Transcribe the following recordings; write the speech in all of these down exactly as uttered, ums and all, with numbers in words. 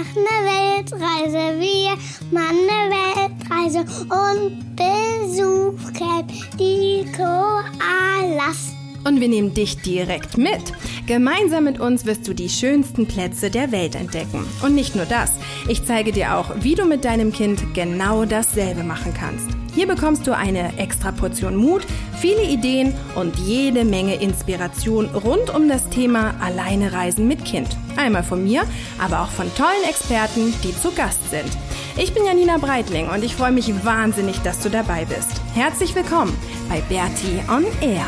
machen eine Weltreise. Wir machen eine Weltreise und besuchen die Koalas. Und wir nehmen dich direkt mit. Gemeinsam mit uns wirst du die schönsten Plätze der Welt entdecken. Und nicht nur das, ich zeige dir auch, wie du mit deinem Kind genau dasselbe machen kannst. Hier bekommst du eine extra Portion Mut, viele Ideen und jede Menge Inspiration rund um das Thema Alleine reisen mit Kind. Einmal von mir, aber auch von tollen Experten, die zu Gast sind. Ich bin Janina Breitling und ich freue mich wahnsinnig, dass du dabei bist. Herzlich willkommen bei Berti on Air.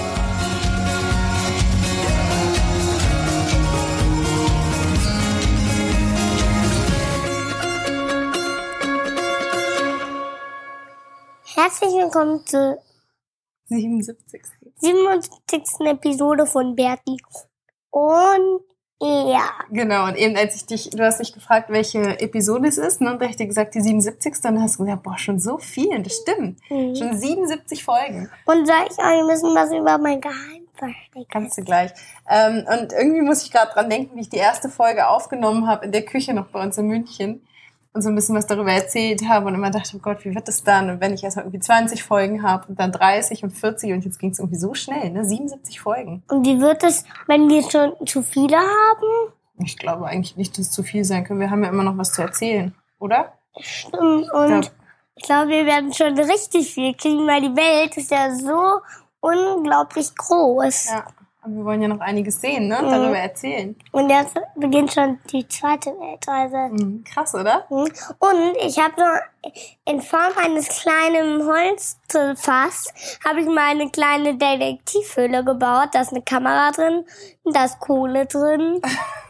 Herzlich willkommen zur siebenundsiebzigsten siebenundsiebzigsten Episode von Berti und ja. Genau, und eben als ich dich, du hast dich gefragt, welche Episode es ist, ne? Und da habe ich dir gesagt, die siebenundsiebzigste Und dann hast du gesagt, boah, schon so viel, und das stimmt. Mhm. Schon siebenundsiebzig Folgen. Und soll ich euch ein bisschen was über mein Geheimversteck? Kannst du gleich. Ähm, und irgendwie muss ich gerade dran denken, wie ich die erste Folge aufgenommen habe in der Küche noch bei uns in München. Und so ein bisschen was darüber erzählt habe und immer dachte, oh Gott, wie wird das dann? Und wenn ich erst mal irgendwie zwanzig Folgen habe und dann dreißig und vierzig und jetzt ging es irgendwie so schnell, ne? siebenundsiebzig Folgen. Und wie wird es, wenn wir schon zu viele haben? Ich glaube eigentlich nicht, dass es zu viel sein können. Wir haben ja immer noch was zu erzählen, oder? Stimmt. Und ja. Ich glaube, wir werden schon richtig viel kriegen, weil die Welt ist ja so unglaublich groß. Ja. Aber wir wollen ja noch einiges sehen, ne? Und darüber erzählen. Und jetzt beginnt schon die zweite Weltreise. Mhm, krass, oder? Und ich habe so in Form eines kleinen Holzfass habe ich mal eine kleine Detektivhöhle gebaut. Da ist eine Kamera drin, da ist Kohle drin,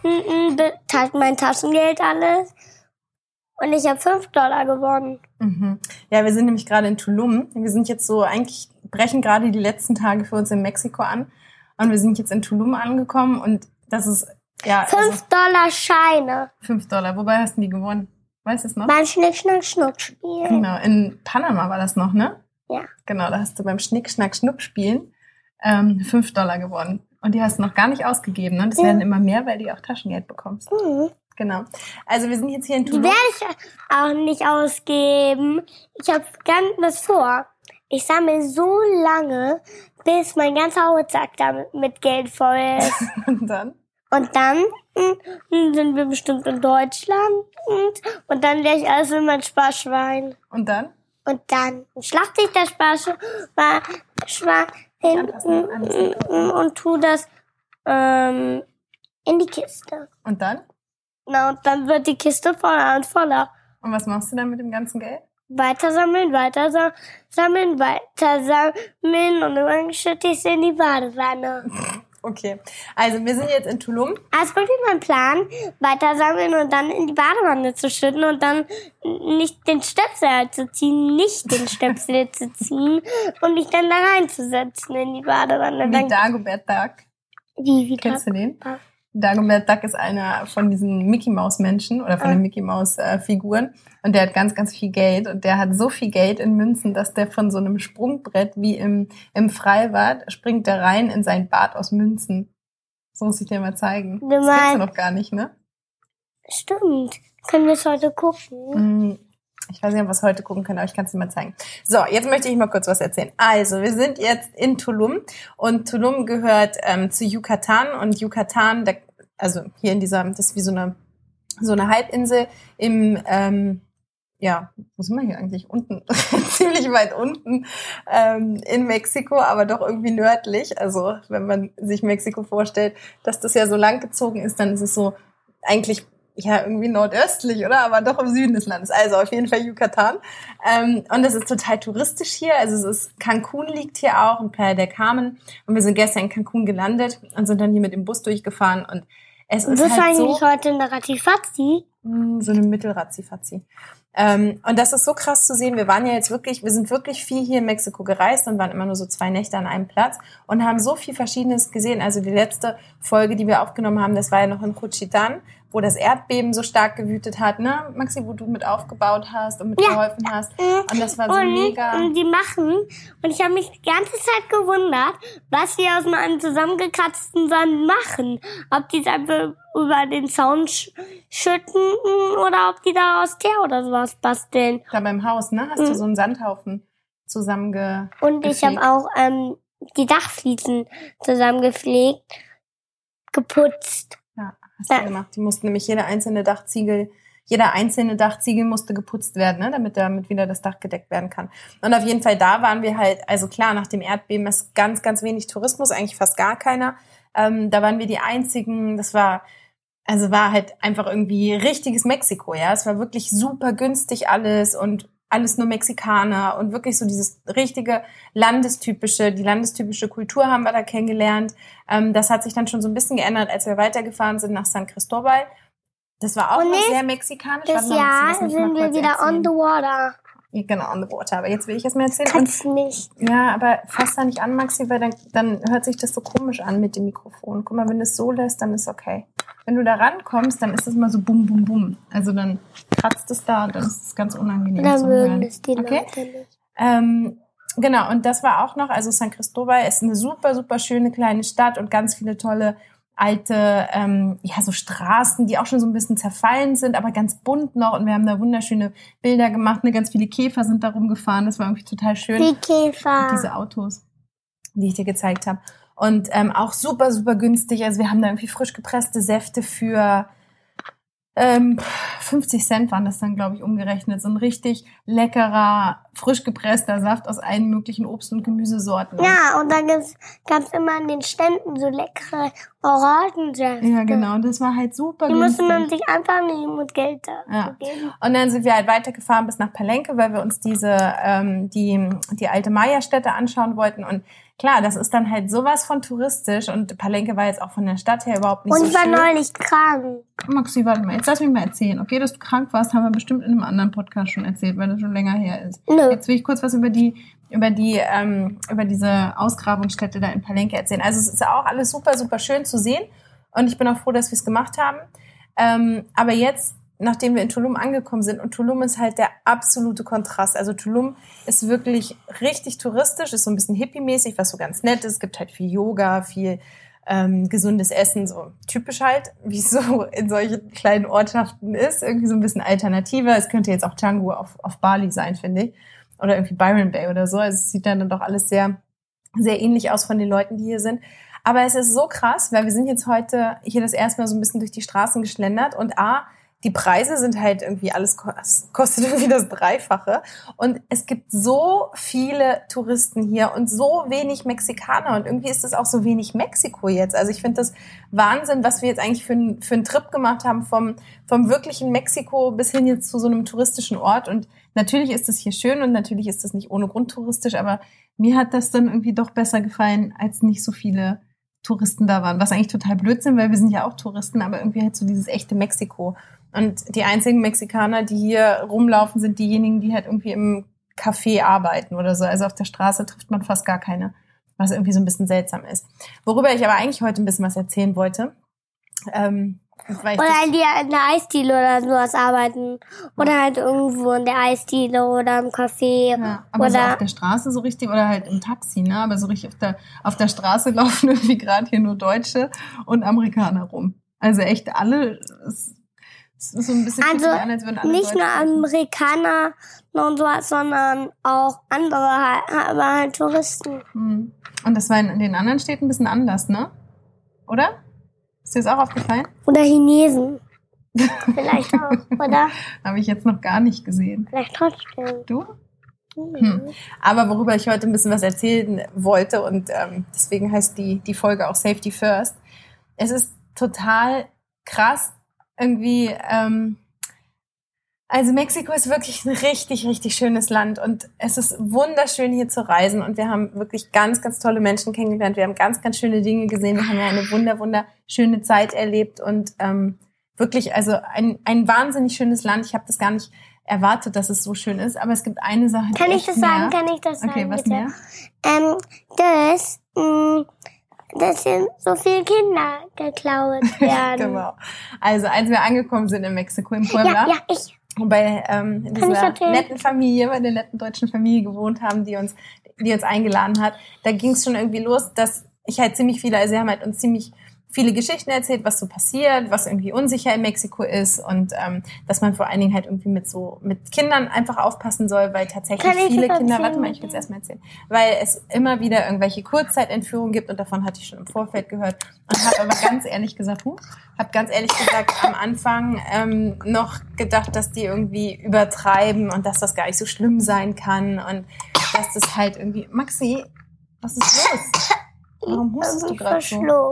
mein Taschengeld alles. Und ich habe fünf Dollar gewonnen. Mhm. Ja, wir sind nämlich gerade in Tulum. Wir sind jetzt so, eigentlich brechen gerade die letzten Tage für uns in Mexiko an. Und wir sind jetzt in Tulum angekommen und das ist, ja... Fünf Dollar Scheine. Fünf Dollar. Wobei hast du die gewonnen? Weißt du es noch? Beim Schnick, Schnack, Schnuck spielen. Genau, in Panama war das noch, ne? Ja. Genau, da hast du beim Schnick, Schnack, Schnuck spielen ähm, fünf Dollar gewonnen. Und die hast du noch gar nicht ausgegeben, ne? Das ja. werden immer mehr, weil du auch Taschengeld bekommst. Mhm. Genau. Also wir sind jetzt hier in Tulum. Die werde ich auch nicht ausgeben. Ich habe ganz vor. Ich sammle so lange, bis mein ganzer Rucksack damit mit Geld voll ist. Und dann? Und dann mh, sind wir bestimmt in Deutschland. Und, und dann lege ich alles in mein Sparschwein. Und dann? Und dann schlachte ich das Sparschwein hinten und tue das ähm, in die Kiste. Und dann? Na, und dann wird die Kiste voller und voller. Und was machst du dann mit dem ganzen Geld? Weiter sammeln, weiter sammeln, weiter sammeln und dann schütte ich es in die Badewanne. Okay, also wir sind jetzt in Tulum. Also wirklich mein Plan, weiter sammeln und dann in die Badewanne zu schütten und dann nicht den Stöpsel zu ziehen, nicht den Stöpsel zu ziehen und mich dann da reinzusetzen in die Badewanne. Wie Dagobert Duck. Wie, wie Kennst du den? Dagobert Duck ist einer von diesen Mickey-Maus-Menschen oder von ah. den Mickey-Maus-Figuren und der hat ganz, ganz viel Geld und der hat so viel Geld in Münzen, dass der von so einem Sprungbrett wie im, im Freibad springt der rein in sein Bad aus Münzen. Das muss ich dir mal zeigen. Du das kennst du noch gar nicht, ne? Stimmt. Können wir es heute gucken? Ich weiß nicht, ob wir es heute gucken können, aber ich kann es dir mal zeigen. So, jetzt möchte ich mal kurz was erzählen. Also, wir sind jetzt in Tulum und Tulum gehört ähm, zu Yucatan und Yucatan, der, also hier in dieser, das ist wie so eine so eine Halbinsel im, ähm, ja, wo sind wir hier eigentlich? Unten, ziemlich weit unten ähm, in Mexiko, aber doch irgendwie nördlich. Also, wenn man sich Mexiko vorstellt, dass das ja so lang gezogen ist, dann ist es so eigentlich ja, irgendwie nordöstlich, oder? Aber doch im Süden des Landes. Also auf jeden Fall Yucatan. Ähm, und es ist total touristisch hier. Also es ist, Cancun liegt hier auch und Playa del Carmen. Und wir sind gestern in Cancun gelandet und sind dann hier mit dem Bus durchgefahren. Und es und ist halt so... Das ist eigentlich heute eine Ratzifatzi? So eine Mittelratzifatzi. Ähm, und das ist so krass zu sehen. Wir waren ja jetzt wirklich, wir sind wirklich viel hier in Mexiko gereist und waren immer nur so zwei Nächte an einem Platz und haben so viel Verschiedenes gesehen. Also die letzte Folge, die wir aufgenommen haben, das war ja noch in Juchitán, wo das Erdbeben so stark gewütet hat, ne, Maxi, wo du mit aufgebaut hast und mitgeholfen ja. hast. Und das war so und, mega. Und die machen, und ich habe mich die ganze Zeit gewundert, was die aus meinem zusammengekratzten Sand machen. Ob die es einfach über den Zaun sch- schütten oder ob die daraus Teer oder sowas basteln. Da beim Haus, ne, hast mhm. du so einen Sandhaufen zusammenge. Und ich habe auch ähm, die Dachfliesen zusammengepflegt, geputzt. Ja, hast du gemacht. Die mussten nämlich jede einzelne Dachziegel, jeder einzelne Dachziegel musste geputzt werden, ne, damit damit wieder das Dach gedeckt werden kann. Und auf jeden Fall da waren wir halt, also klar, nach dem Erdbeben ist ganz, ganz wenig Tourismus, eigentlich fast gar keiner. Ähm, da waren wir die einzigen, das war, also war halt einfach irgendwie richtiges Mexiko, ja. Es war wirklich super günstig alles und alles nur Mexikaner und wirklich so dieses richtige landestypische, die landestypische Kultur haben wir da kennengelernt. Ähm, das hat sich dann schon so ein bisschen geändert, als wir weitergefahren sind nach San Cristobal. Das war auch und noch sehr mexikanisch. Das Jahr sind wir wieder erzählen. On the water. Ja, genau, on the water. Aber jetzt will ich es mir erzählen. Kannst du nicht. Ja, aber fass da nicht an, Maxi, weil dann, dann hört sich das so komisch an mit dem Mikrofon. Guck mal, wenn du es so lässt, dann ist okay. Wenn du da rankommst, dann ist es mal so bum, bum, bum. Also dann kratzt es da und dann ist es ganz unangenehm dann zu mögen hören. es die okay? Leute nicht. Ähm, genau, und das war auch noch, also San Cristobal ist eine super, super schöne kleine Stadt und ganz viele tolle alte, ähm, ja, so Straßen, die auch schon so ein bisschen zerfallen sind, aber ganz bunt noch. Und wir haben da wunderschöne Bilder gemacht. Ne? Ganz viele Käfer sind da rumgefahren. Das war irgendwie total schön. Die Käfer. Und diese Autos, die ich dir gezeigt habe. Und ähm, auch super, super günstig. Also wir haben da irgendwie frisch gepresste Säfte für ähm, fünfzig Cent waren das dann, glaube ich, umgerechnet. So ein richtig leckerer, frisch gepresster Saft aus allen möglichen Obst- und Gemüsesorten. Ja, und dann gab es immer an den Ständen so leckere Orangensäfte. Ja, genau. Und das war halt super Die günstig. müssen man sich einfach nehmen und Geld da ja. geben. Und dann sind wir halt weitergefahren bis nach Palenque, weil wir uns diese ähm, die die alte Maya-Stätte anschauen wollten. Und klar, das ist dann halt sowas von touristisch. Und Palenque war jetzt auch von der Stadt her überhaupt nicht und so ich war schön. neulich krank. Maxi, warte mal, jetzt lass mich mal erzählen. Okay, dass du krank warst, haben wir bestimmt in einem anderen Podcast schon erzählt, weil das schon länger her ist. Nö. Jetzt will ich kurz was über die über die ähm, über diese Ausgrabungsstätte da in Palenque erzählen. Also es ist ja auch alles super, super schön zu sehen. Und ich bin auch froh, dass wir es gemacht haben. Ähm, aber jetzt, nachdem wir in Tulum angekommen sind, und Tulum ist halt der absolute Kontrast. Also Tulum ist wirklich richtig touristisch, ist so ein bisschen hippie-mäßig, was so ganz nett ist. Es gibt halt viel Yoga, viel ähm, gesundes Essen, so typisch halt, wie es so in solchen kleinen Ortschaften ist. Irgendwie so ein bisschen alternativer. Es könnte jetzt auch Canggu auf, auf Bali sein, finde ich. Oder irgendwie Byron Bay oder so. Also es sieht dann doch alles sehr, sehr ähnlich aus von den Leuten, die hier sind. Aber es ist so krass, weil wir sind jetzt heute hier das erste Mal so ein bisschen durch die Straßen geschlendert und A, die Preise sind halt irgendwie, alles kostet irgendwie das Dreifache und es gibt so viele Touristen hier und so wenig Mexikaner und irgendwie ist es auch so wenig Mexiko jetzt. Also ich finde das Wahnsinn, was wir jetzt eigentlich für, ein, für einen Trip gemacht haben vom, vom wirklichen Mexiko bis hin jetzt zu so einem touristischen Ort und natürlich ist es hier schön und natürlich ist es nicht ohne Grund touristisch, aber mir hat das dann irgendwie doch besser gefallen, als nicht so viele Touristen da waren, was eigentlich total Blödsinn, weil wir sind ja auch Touristen, aber irgendwie halt so dieses echte Mexiko. Und die einzigen Mexikaner, die hier rumlaufen, sind diejenigen, die halt irgendwie im Café arbeiten oder so. Also auf der Straße trifft man fast gar keine, was irgendwie so ein bisschen seltsam ist. Worüber ich aber eigentlich heute ein bisschen was erzählen wollte. Ähm, weil ich oder die in der Eisdiele oder sowas arbeiten. Oder halt irgendwo in der Eisdiele oder im Café. Ja, aber oder so auf der Straße so richtig oder halt im Taxi, ne? Aber so richtig auf der, auf der Straße laufen irgendwie gerade hier nur Deutsche und Amerikaner rum. Also echt alle... Es, Es ist so ein bisschen also an, als würden alle nicht nur Amerikaner und sowas, sondern auch andere, aber halt Touristen. Hm. Und das war in den anderen Städten ein bisschen anders, ne? Oder? Ist dir das auch aufgefallen? Oder Chinesen. Vielleicht auch, oder? Habe ich jetzt noch gar nicht gesehen. Vielleicht trotzdem. Du? Hm. Aber worüber ich heute ein bisschen was erzählen wollte und ähm, deswegen heißt die, die Folge auch Safety First. Es ist total krass, irgendwie, ähm, also Mexiko ist wirklich ein richtig, richtig schönes Land und es ist wunderschön hier zu reisen und wir haben wirklich ganz, ganz tolle Menschen kennengelernt. Wir haben ganz, ganz schöne Dinge gesehen. Wir haben ja eine wunder, wunderschöne Zeit erlebt und ähm, wirklich, also ein, ein wahnsinnig schönes Land. Ich habe das gar nicht erwartet, dass es so schön ist, aber es gibt eine Sache, die Kann ich das nervt. sagen? Kann ich das sagen, Okay, was bitte? mehr? Ähm, das, mh, dass hier so viele Kinder geklaut werden. Genau. Also als wir angekommen sind in Mexiko, in Puebla, Ja, ja, ich. bei ähm, in dieser netten Familie, bei der netten deutschen Familie gewohnt haben, die uns, die uns eingeladen hat, da ging es schon irgendwie los, dass ich halt ziemlich viele, also sie haben halt uns ziemlich viele Geschichten erzählt, was so passiert, was irgendwie unsicher in Mexiko ist und ähm, dass man vor allen Dingen halt irgendwie mit so mit Kindern einfach aufpassen soll, weil tatsächlich viele Kinder, warte mal, ich will es erstmal erzählen, weil es immer wieder irgendwelche Kurzzeitentführungen gibt und davon hatte ich schon im Vorfeld gehört und habe aber ganz ehrlich gesagt, huh, habe ganz ehrlich gesagt am Anfang ähm, noch gedacht, dass die irgendwie übertreiben und dass das gar nicht so schlimm sein kann und dass das halt irgendwie, Maxi, was ist los? Warum hustest du gerade so?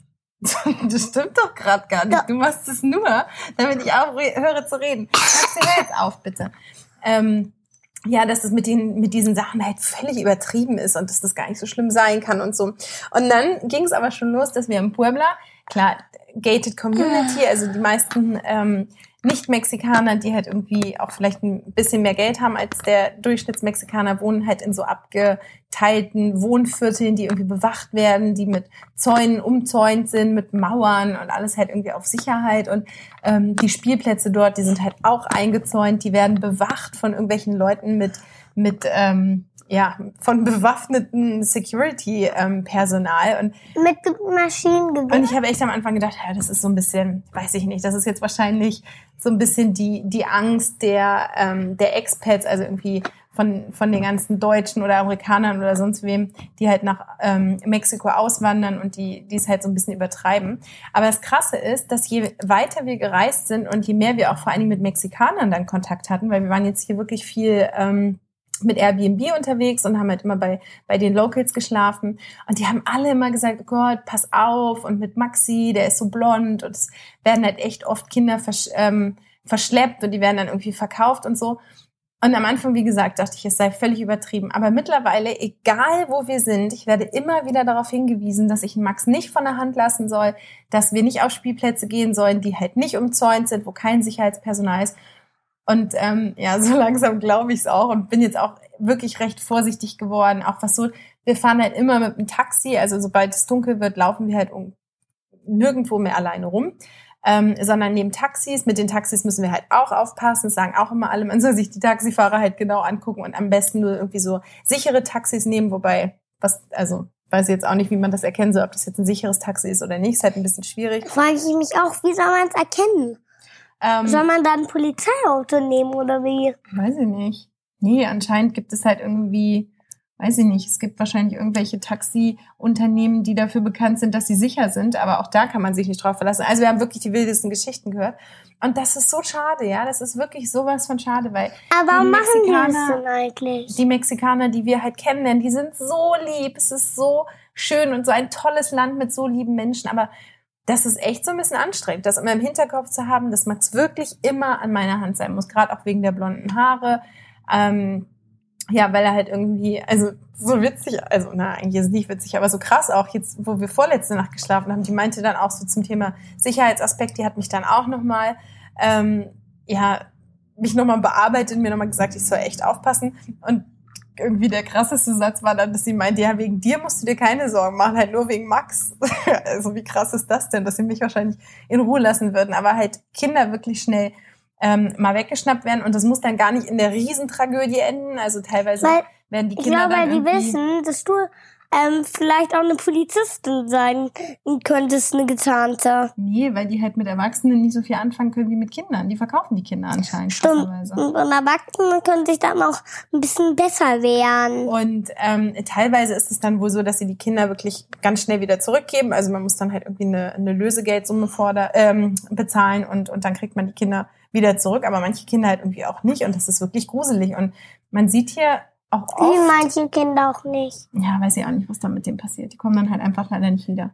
Das stimmt doch gerade gar nicht. Du machst es nur, damit ich auch höre zu reden. Maxi, hör jetzt auf, bitte. Ähm, ja, dass das mit den mit diesen Sachen halt völlig übertrieben ist und dass das gar nicht so schlimm sein kann und so. Und dann ging es aber schon los, dass wir in Puebla, klar, gated Community, also die meisten ähm, Nicht-Mexikaner, die halt irgendwie auch vielleicht ein bisschen mehr Geld haben als der Durchschnittsmexikaner, wohnen halt in so abgeteilten Wohnvierteln, die irgendwie bewacht werden, die mit Zäunen umzäunt sind, mit Mauern und alles halt irgendwie auf Sicherheit. Und ähm, die Spielplätze dort, die sind halt auch eingezäunt, die werden bewacht von irgendwelchen Leuten mit mit ähm, ja, von bewaffneten Security-Personal. Ähm, und mit Maschinengewehr. Und ich habe echt am Anfang gedacht, ja, das ist so ein bisschen, weiß ich nicht, das ist jetzt wahrscheinlich so ein bisschen die die Angst der ähm, der Expats, also irgendwie von von den ganzen Deutschen oder Amerikanern oder sonst wem, die halt nach ähm, Mexiko auswandern und die die es halt so ein bisschen übertreiben. Aber das Krasse ist, dass je weiter wir gereist sind und je mehr wir auch vor allen Dingen mit Mexikanern dann Kontakt hatten, weil wir waren jetzt hier wirklich viel ähm, mit Airbnb unterwegs und haben halt immer bei bei den Locals geschlafen und die haben alle immer gesagt, oh Gott, pass auf und mit Maxi, der ist so blond und es werden halt echt oft Kinder versch- ähm, verschleppt und die werden dann irgendwie verkauft und so. Und am Anfang, wie gesagt, dachte ich, es sei völlig übertrieben. Aber mittlerweile, egal wo wir sind, ich werde immer wieder darauf hingewiesen, dass ich Max nicht von der Hand lassen soll, dass wir nicht auf Spielplätze gehen sollen, die halt nicht umzäunt sind, wo kein Sicherheitspersonal ist. Und ähm, ja, so langsam glaube ich es auch und bin jetzt auch wirklich recht vorsichtig geworden. Auch was so, wir fahren halt immer mit dem Taxi, also sobald es dunkel wird, laufen wir halt um, nirgendwo mehr alleine rum, ähm, sondern neben Taxis. Mit den Taxis müssen wir halt auch aufpassen, das sagen auch immer alle, man soll sich die Taxifahrer halt genau angucken und am besten nur irgendwie so sichere Taxis nehmen, wobei, was, also weiß ich jetzt auch nicht, wie man das erkennen soll, ob das jetzt ein sicheres Taxi ist oder nicht, ist halt ein bisschen schwierig. Frage ich mich auch, wie soll man es erkennen? Ähm, Soll man da ein Polizeiauto nehmen oder wie? Weiß ich nicht. Nee, anscheinend gibt es halt irgendwie, weiß ich nicht, es gibt wahrscheinlich irgendwelche Taxiunternehmen, die dafür bekannt sind, dass sie sicher sind, aber auch da kann man sich nicht drauf verlassen. Also wir haben wirklich die wildesten Geschichten gehört und das ist so schade, ja, das ist wirklich sowas von schade, weil aber warum machen die das denn eigentlich? Die Mexikaner, die wir halt kennenlernen, die sind so lieb, es ist so schön und so ein tolles Land mit so lieben Menschen, aber das ist echt so ein bisschen anstrengend, das immer im Hinterkopf zu haben, dass Max wirklich immer an meiner Hand sein muss, gerade auch wegen der blonden Haare. Ähm, ja, weil er halt irgendwie, also so witzig, also na, eigentlich ist es nicht witzig, aber so krass auch jetzt, wo wir vorletzte Nacht geschlafen haben, die meinte dann auch so zum Thema Sicherheitsaspekt, die hat mich dann auch nochmal, ähm, ja, mich nochmal bearbeitet und mir nochmal gesagt, ich soll echt aufpassen und irgendwie der krasseste Satz war dann, dass sie meinte, ja, wegen dir musst du dir keine Sorgen machen, halt nur wegen Max. Also wie krass ist das denn, dass sie mich wahrscheinlich in Ruhe lassen würden, aber halt Kinder wirklich schnell ähm, mal weggeschnappt werden und das muss dann gar nicht in der Riesentragödie enden, also teilweise weil, werden die Kinder glaube, dann irgendwie... Ich glaube, weil die wissen, dass du ähm, vielleicht auch eine Polizistin sein könntest, eine Getarnte. Nee, weil die halt mit Erwachsenen nicht so viel anfangen können wie mit Kindern. Die verkaufen die Kinder anscheinend. Stimmt. Und Erwachsene können sich dann auch ein bisschen besser wehren. Und ähm, teilweise ist es dann wohl so, dass sie die Kinder wirklich ganz schnell wieder zurückgeben. Also man muss dann halt irgendwie eine, eine Lösegeldsumme forder, ähm, bezahlen und, und dann kriegt man die Kinder wieder zurück. Aber manche Kinder halt irgendwie auch nicht. Und das ist wirklich gruselig. Und man sieht hier auch oft... Wie manche Kinder auch nicht. Ja, weiß ich auch nicht, was da mit denen passiert. Die kommen dann halt einfach leider nicht wieder.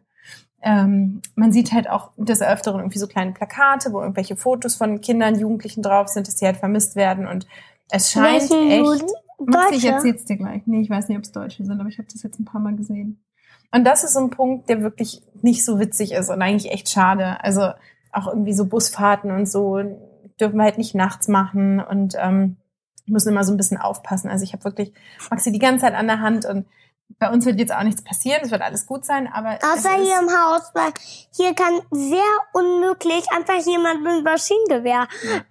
Ähm, man sieht halt auch des Öfteren irgendwie so kleine Plakate, wo irgendwelche Fotos von Kindern, Jugendlichen drauf sind, dass die halt vermisst werden. Und es scheint Welche echt... Juden? Maxi, ich erzähl's dir gleich. Nee, ich weiß nicht, ob es Deutsche sind, aber ich habe das jetzt ein paar Mal gesehen. Und das ist so ein Punkt, der wirklich nicht so witzig ist und eigentlich echt schade. Also auch irgendwie so Busfahrten und so dürfen wir halt nicht nachts machen und ähm, müssen immer so ein bisschen aufpassen. Also ich habe wirklich Maxi die ganze Zeit an der Hand und bei uns wird jetzt auch nichts passieren, es wird alles gut sein, aber außer hier im Haus, weil hier kann sehr unmöglich einfach jemand mit einem Maschinengewehr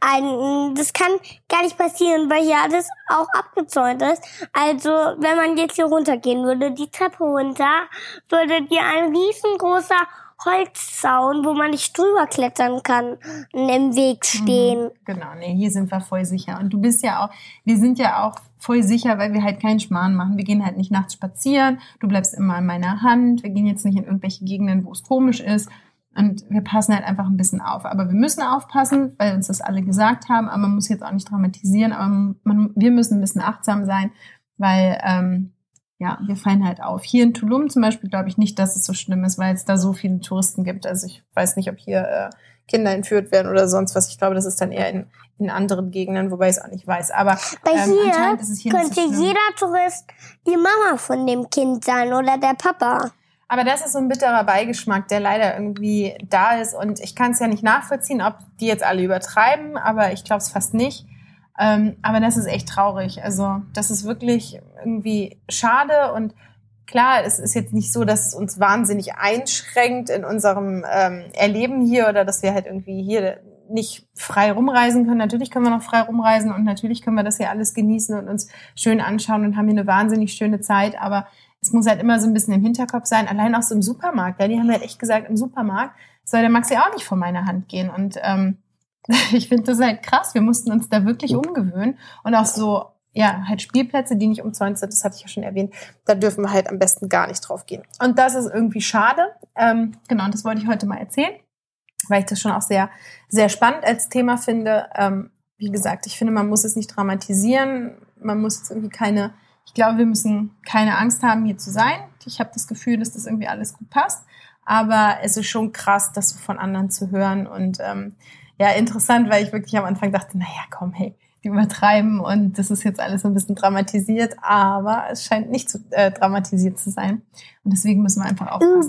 ein. Das kann gar nicht passieren, weil hier alles auch abgezäunt ist. Also, wenn man jetzt hier runtergehen würde, die Treppe runter, würde dir ein riesengroßer Holzzaun, wo man nicht drüber klettern kann, im Weg stehen. Genau, nee, hier sind wir voll sicher. Und du bist ja auch, wir sind ja auch voll sicher, weil wir halt keinen Schmarrn machen. Wir gehen halt nicht nachts spazieren, du bleibst immer in meiner Hand, wir gehen jetzt nicht in irgendwelche Gegenden, wo es komisch ist. Und wir passen halt einfach ein bisschen auf. Aber wir müssen aufpassen, weil uns das alle gesagt haben, aber man muss jetzt auch nicht dramatisieren, aber man, wir müssen ein bisschen achtsam sein, weil ähm, ja, wir fallen halt auf. Hier in Tulum zum Beispiel glaube ich nicht, dass es so schlimm ist, weil es da so viele Touristen gibt. Also ich weiß nicht, ob hier äh, Kinder entführt werden oder sonst was. Ich glaube, das ist dann eher in, in anderen Gegenden, wobei ich es auch nicht weiß. Aber Bei ähm, hier anscheinend ist es hier könnte nicht so schlimm. jeder Tourist die Mama von dem Kind sein oder der Papa. Aber das ist so ein bitterer Beigeschmack, der leider irgendwie da ist. Und ich kann es ja nicht nachvollziehen, ob die jetzt alle übertreiben, aber ich glaube es fast nicht. Ähm, aber das ist echt traurig. Also das ist wirklich irgendwie schade. Und klar, es ist jetzt nicht so, dass es uns wahnsinnig einschränkt in unserem ähm, Erleben hier oder dass wir halt irgendwie hier nicht frei rumreisen können. Natürlich können wir noch frei rumreisen und natürlich können wir das hier alles genießen und uns schön anschauen und haben hier eine wahnsinnig schöne Zeit. Aber es muss halt immer so ein bisschen im Hinterkopf sein. Allein auch so im Supermarkt. Ja, die haben halt echt gesagt, im Supermarkt soll der Maxi auch nicht vor meiner Hand gehen. Und ähm, ich finde das halt krass. Wir mussten uns da wirklich umgewöhnen. Und auch so, ja, halt Spielplätze, die nicht umzäunt sind, das hatte ich ja schon erwähnt, da dürfen wir halt am besten gar nicht drauf gehen. Und das ist irgendwie schade. Ähm, genau, und das wollte ich heute mal erzählen, weil ich das schon auch sehr, sehr spannend als Thema finde. Ähm, wie gesagt, ich finde, man muss es nicht dramatisieren. Man muss jetzt irgendwie keine, ich glaube, wir müssen keine Angst haben, hier zu sein. Ich habe das Gefühl, dass das irgendwie alles gut passt. Aber es ist schon krass, das so von anderen zu hören und ähm, ja, interessant, weil ich wirklich am Anfang dachte, naja, komm, hey, die übertreiben und das ist jetzt alles so ein bisschen dramatisiert, aber es scheint nicht zu, äh, dramatisiert zu sein. Und deswegen müssen wir einfach aufpassen.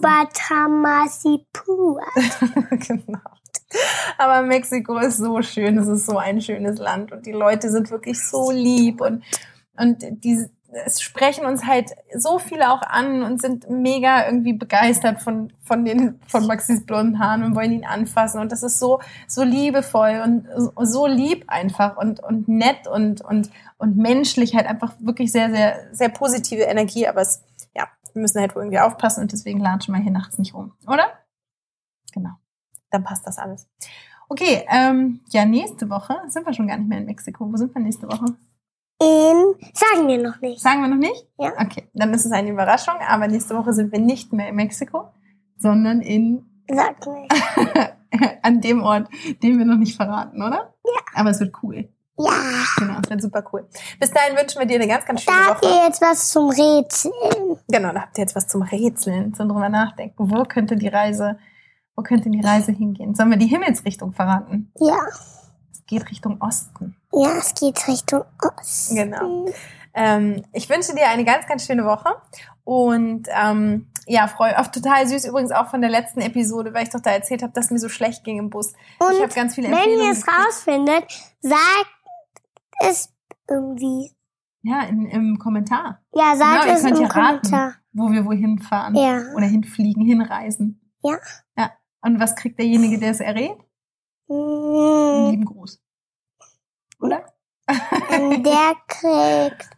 Überdramatisiert. Genau. Aber Mexiko ist so schön, es ist so ein schönes Land und die Leute sind wirklich so lieb und, und die, es sprechen uns halt so viele auch an und sind mega irgendwie begeistert von, von den, von Maxis blonden Haaren und wollen ihn anfassen. Und das ist so, so liebevoll und so lieb einfach und, und nett und, und, und menschlich halt einfach wirklich sehr, sehr, sehr positive Energie. Aber es, ja, wir müssen halt irgendwie aufpassen und deswegen latschen wir hier nachts nicht rum. Oder? Genau. Dann passt das alles. Okay, ähm, ja, nächste Woche sind wir schon gar nicht mehr in Mexiko. Wo sind wir nächste Woche? In, sagen wir noch nicht. Sagen wir noch nicht? Ja. Okay, dann ist es eine Überraschung, aber nächste Woche sind wir nicht mehr in Mexiko, sondern in Sag nicht. an dem Ort, den wir noch nicht verraten, oder? Ja. Aber es wird cool. Ja. Genau, es wird super cool. Bis dahin wünschen wir dir eine ganz, ganz schöne Da habt Woche. ihr jetzt was zum Rätseln. Genau, da habt ihr jetzt was zum Rätseln, zum drüber nachdenken. Wo könnte die Reise, wo könnte die Reise hingehen? Sollen wir die Himmelsrichtung verraten? Ja. Es geht Richtung Osten. Ja, es geht Richtung Osten. Genau. Ähm, ich wünsche dir eine ganz, ganz schöne Woche und ähm, ja, freue auf total süß übrigens auch von der letzten Episode, weil ich doch da erzählt habe, dass mir so schlecht ging im Bus. Und ich habe ganz viele wenn Empfehlungen ihr es gekriegt. rausfindet, sagt es irgendwie. Ja, in, im Kommentar. Ja, sagt Genau, ihr es könnt im ja raten, Kommentar. wo wir wohin fahren Ja. oder hinfliegen, hinreisen. Ja. Ja. Und was kriegt derjenige, der es errät? Einen Mm, lieben Gruß. Oder? Der kriegt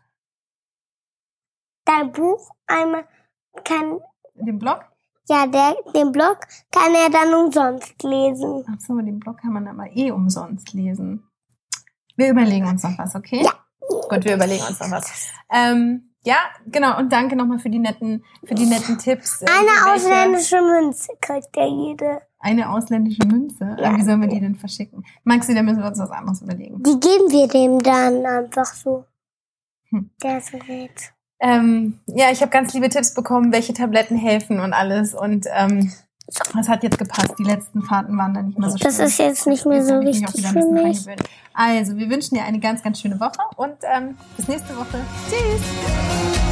dein Buch einmal, kann, Den Blog? ja, der, den Blog kann er dann umsonst lesen. Ach so, den Blog kann man aber eh umsonst lesen. Wir überlegen uns noch was, okay? Ja. Gut, wir überlegen uns noch was. Ähm, ja, genau. Und danke nochmal für die netten, für die netten Tipps. Eine Welche- ausländische Münze kriegt er jede. Eine ausländische Münze? Ja. Wie sollen wir die denn verschicken? Maxi, da müssen wir uns was anderes überlegen. Die geben wir dem dann einfach so. Hm. Der ist gerät. Ähm, ja, ich habe ganz liebe Tipps bekommen, welche Tabletten helfen und alles. Und ähm, das hat jetzt gepasst. Die letzten Fahrten waren dann nicht mehr so schlimm. Das ist jetzt nicht mehr Jetzt so hab ich mich auch wichtig wieder ein für bisschen mich. reingewöhnt. Also, wir wünschen dir eine ganz, ganz schöne Woche und ähm, bis nächste Woche. Tschüss!